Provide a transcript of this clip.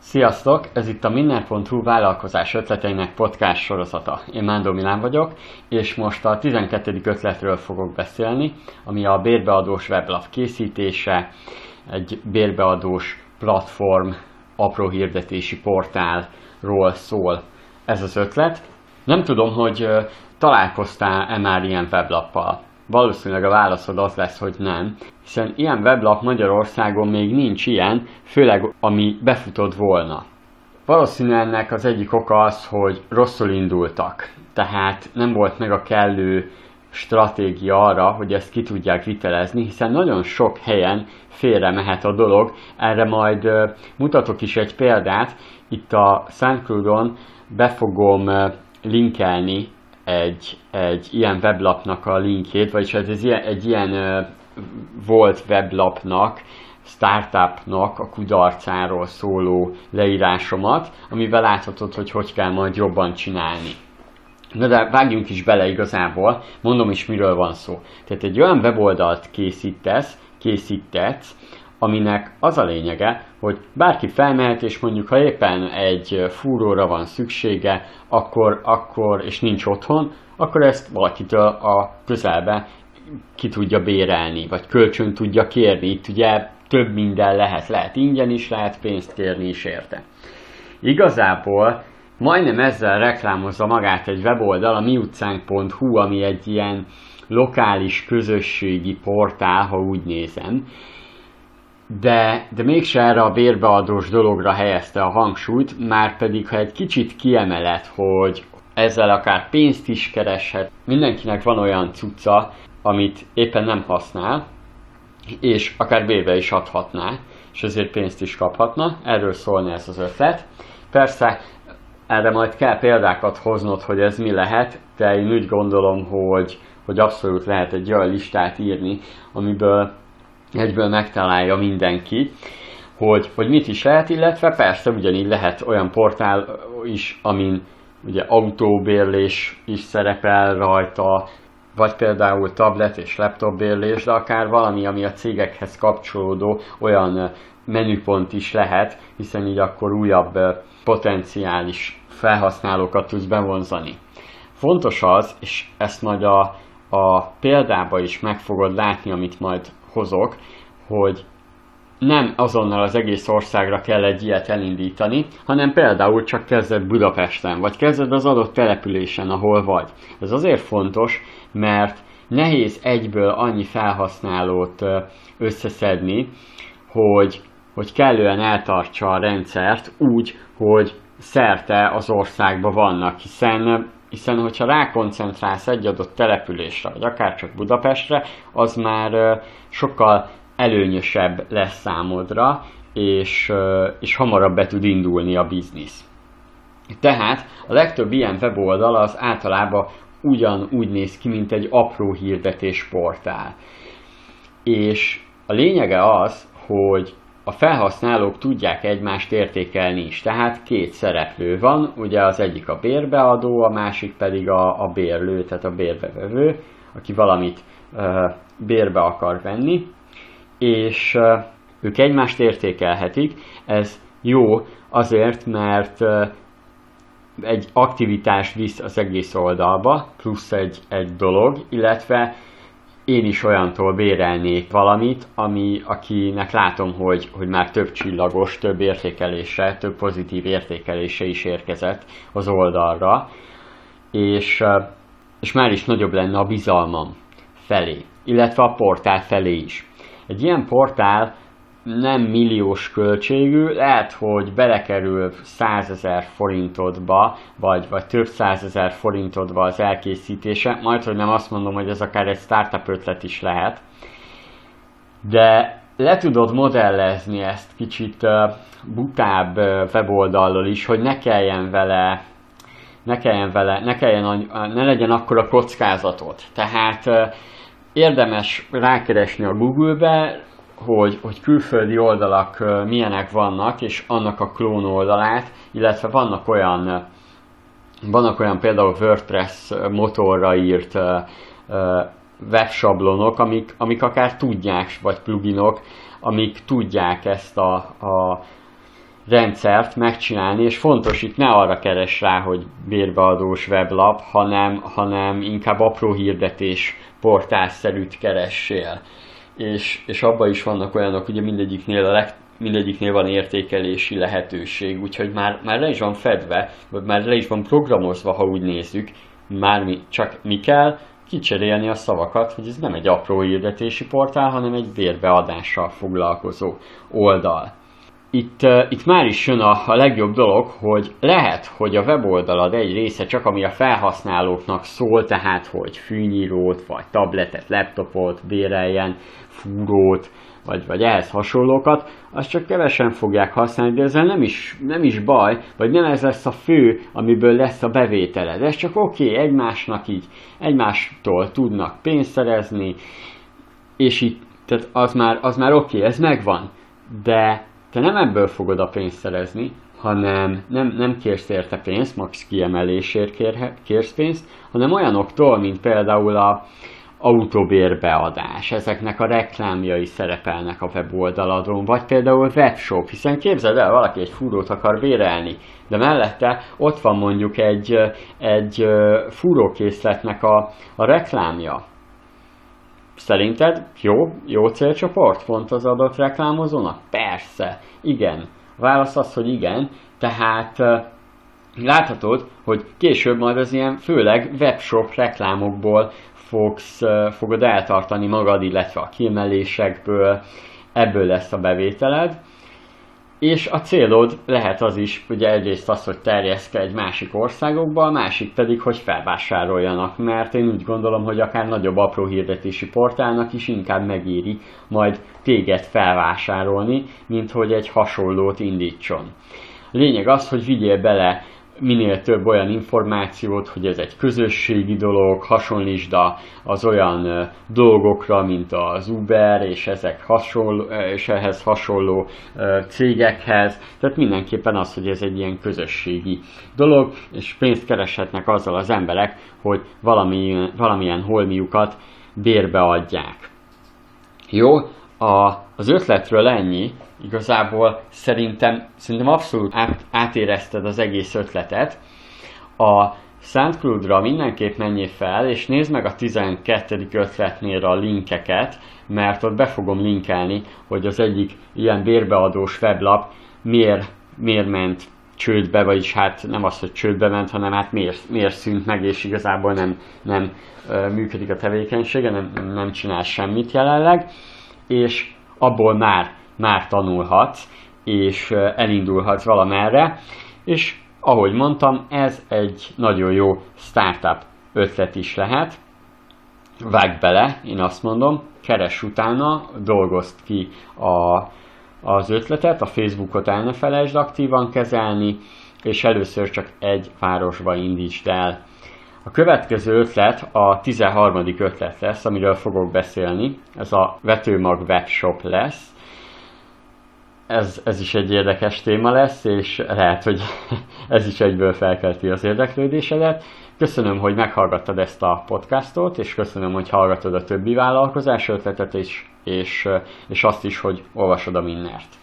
Sziasztok! Ez itt a Minner.hu vállalkozás ötleteinek podcast sorozata. Én Mándor Milán vagyok, és most a 12. ötletről fogok beszélni, ami a bérbeadós weblap készítése, egy bérbeadós platform, apró hirdetési portálról szól ez az ötlet. Nem tudom, hogy találkoztál-e már ilyen weblappal. Valószínűleg a válaszod az lesz, hogy nem, hiszen ilyen weblap Magyarországon még nincs ilyen, főleg ami befutott volna. Valószínűleg ennek az egyik oka az, hogy rosszul indultak, tehát nem volt meg a kellő stratégia arra, hogy ezt ki tudják vitelezni, hiszen nagyon sok helyen félre mehet a dolog. Erre majd mutatok is egy példát, itt a SoundCloudon be fogom linkelni egy ilyen weblapnak a linkjét, vagyis ez egy ilyen volt weblapnak, startupnak a kudarcáról szóló leírásomat, amivel láthatod, hogy kell majd jobban csinálni. Na de vágjunk is bele igazából, mondom is miről van szó. Tehát egy olyan weboldalt készítetsz, aminek az a lényege, hogy bárki felmehet, és mondjuk ha éppen egy fúróra van szüksége, akkor és nincs otthon, akkor ezt valakitől a közelbe ki tudja bérelni, vagy kölcsön tudja kérni. Itt ugye több minden lehet ingyen is, lehet pénzt kérni is érte. Igazából majdnem ezzel reklámozza magát egy weboldal, a miutcánk.hu, ami egy ilyen lokális közösségi portál, ha úgy nézem, de mégse erre a bérbeadós dologra helyezte a hangsúlyt, már pedig ha egy kicsit kiemeled, hogy ezzel akár pénzt is kereshet, mindenkinek van olyan cucca, amit éppen nem használ, és akár bérbe is adhatná, és ezért pénzt is kaphatna, erről szólna ez az ötlet. Persze erre majd kell példákat hoznod, hogy ez mi lehet, de én úgy gondolom, hogy abszolút lehet egy olyan listát írni, amiből egyből megtalálja mindenki, hogy mit is lehet, illetve persze ugyanígy lehet olyan portál is, amin ugye autóbérlés is szerepel rajta, vagy például tablet és laptop bérlés, de akár valami, ami a cégekhez kapcsolódó olyan menüpont is lehet, hiszen így akkor újabb potenciális felhasználókat tudsz bevonzani. Fontos az, és ezt majd a példába is meg fogod látni, amit majd hozok, hogy nem azonnal az egész országra kell egy ilyet elindítani, hanem például csak kezded Budapesten, vagy kezded az adott településen, ahol vagy. Ez azért fontos, mert nehéz egyből annyi felhasználót összeszedni, hogy kellően eltartsa a rendszert úgy, hogy szerte az országban vannak, hiszen hogyha rákoncentrálsz egy adott településre, vagy akár csak Budapestre, az már sokkal előnyösebb lesz számodra, és hamarabb be tud indulni a biznisz. Tehát a legtöbb ilyen weboldal az általában ugyanúgy néz ki, mint egy apró hirdetés portál. És a lényege az, hogy a felhasználók tudják egymást értékelni is, tehát két szereplő van, ugye az egyik a bérbeadó, a másik pedig a bérlő, tehát a bérbevevő, aki valamit bérbe akar venni, és ők egymást értékelhetik. Ez jó azért, mert egy aktivitást visz az egész oldalba, plusz egy dolog, illetve én is olyantól bérelnék valamit, akinek látom, hogy már több csillagos, több értékelése, több pozitív értékelése is érkezett az oldalra, és már is nagyobb lenne a bizalmam felé, illetve a portál felé is. Egy ilyen portál nem milliós költségű, lehet, hogy belekerül 100 000 forintodba, vagy több 100 000 forintodba az elkészítése, majd hogy nem azt mondom, hogy ez akár egy startup ötlet is lehet, de le tudod modellezni ezt kicsit butább weboldallal is, hogy ne legyen akkora kockázatot. Tehát érdemes rákeresni a Google-be, hogy külföldi oldalak milyenek vannak, és annak a klón oldalát, illetve vannak olyan például WordPress motorra írt websablonok, amik akár tudják, vagy pluginok, amik tudják ezt rendszert megcsinálni, és fontos itt ne arra keres rá, hogy bérbeadós weblap, hanem inkább apró hirdetés portálszerűt keressél. És abban is vannak olyanok, ugye mindegyiknél van értékelési lehetőség, úgyhogy már le is van fedve, vagy már le is van programozva, ha úgy nézzük, csak mi kell kicserélni a szavakat, hogy ez nem egy apró hirdetési portál, hanem egy bérbeadással foglalkozó oldal. Itt már is jön a legjobb dolog, hogy lehet, hogy a weboldalad egy része csak ami a felhasználóknak szól, tehát hogy fűnyírót, vagy tabletet, laptopot béreljen, fúrót, vagy ehhez hasonlókat, azt csak kevesen fogják használni, de ezzel nem is baj, vagy nem ez lesz a fő, amiből lesz a bevételed. Ez csak oké, egymástól tudnak pénzt szerezni, és így, tehát az már oké, ez megvan, de te nem ebből fogod a pénzt szerezni, hanem nem kérsz érte pénzt, max kiemelésért kérsz pénzt, hanem olyanoktól, mint például a autóbérbeadás, ezeknek a reklámjai szerepelnek a weboldaladon, vagy például webshop, hiszen képzeld el, valaki egy fúrót akar bérelni, de mellette ott van mondjuk egy fúrókészletnek a reklámja. Szerinted jó célcsoport pont az adott reklámozónak? Persze, igen. A válasz az, hogy igen, tehát láthatod, hogy később majd az ilyen főleg webshop reklámokból fogod eltartani magad, illetve a kiemelésekből, ebből lesz a bevételed, és a célod lehet az is, ugye egyrészt az, hogy terjeszkedj másik országokba, a másik pedig, hogy felvásároljanak, mert én úgy gondolom, hogy akár nagyobb apró hirdetési portálnak is inkább megéri majd téged felvásárolni, mint hogy egy hasonlót indítson. Lényeg az, hogy vigyél bele minél több olyan információt, hogy ez egy közösségi dolog, hasonlítsd az olyan dolgokra, mint az Uber és és ehhez hasonló cégekhez. Tehát mindenképpen az, hogy ez egy ilyen közösségi dolog, és pénzt kereshetnek azzal az emberek, hogy valamilyen holmiukat bérbeadják. Jó, az ötletről ennyi. Igazából szerintem abszolút átérezted az egész ötletet. A SoundCloud-ra mindenképp menjél fel, és nézd meg a 12. ötletnél a linkeket, mert ott be fogom linkelni, hogy az egyik ilyen bérbeadós weblap miért ment csődbe, vagyis hát nem az, hogy csődbe ment, hanem hát miért szűnt meg, és igazából nem működik a tevékenysége, nem csinál semmit jelenleg, és abból már tanulhatsz, és elindulhatsz valamerre, és ahogy mondtam, ez egy nagyon jó startup ötlet is lehet. Vágj bele, én azt mondom, keress utána, dolgozd ki az ötletet, a Facebookot el ne felejtsd aktívan kezelni, és először csak egy városba indítsd el. A következő ötlet a 13. ötlet lesz, amiről fogok beszélni, ez a vetőmag webshop lesz. Ez is egy érdekes téma lesz, és lehet, hogy ez is egyből felkelti az érdeklődésedet. Köszönöm, hogy meghallgattad ezt a podcastot, és köszönöm, hogy hallgatod a többi vállalkozás ötletet is, és azt is, hogy olvasod a Minnert.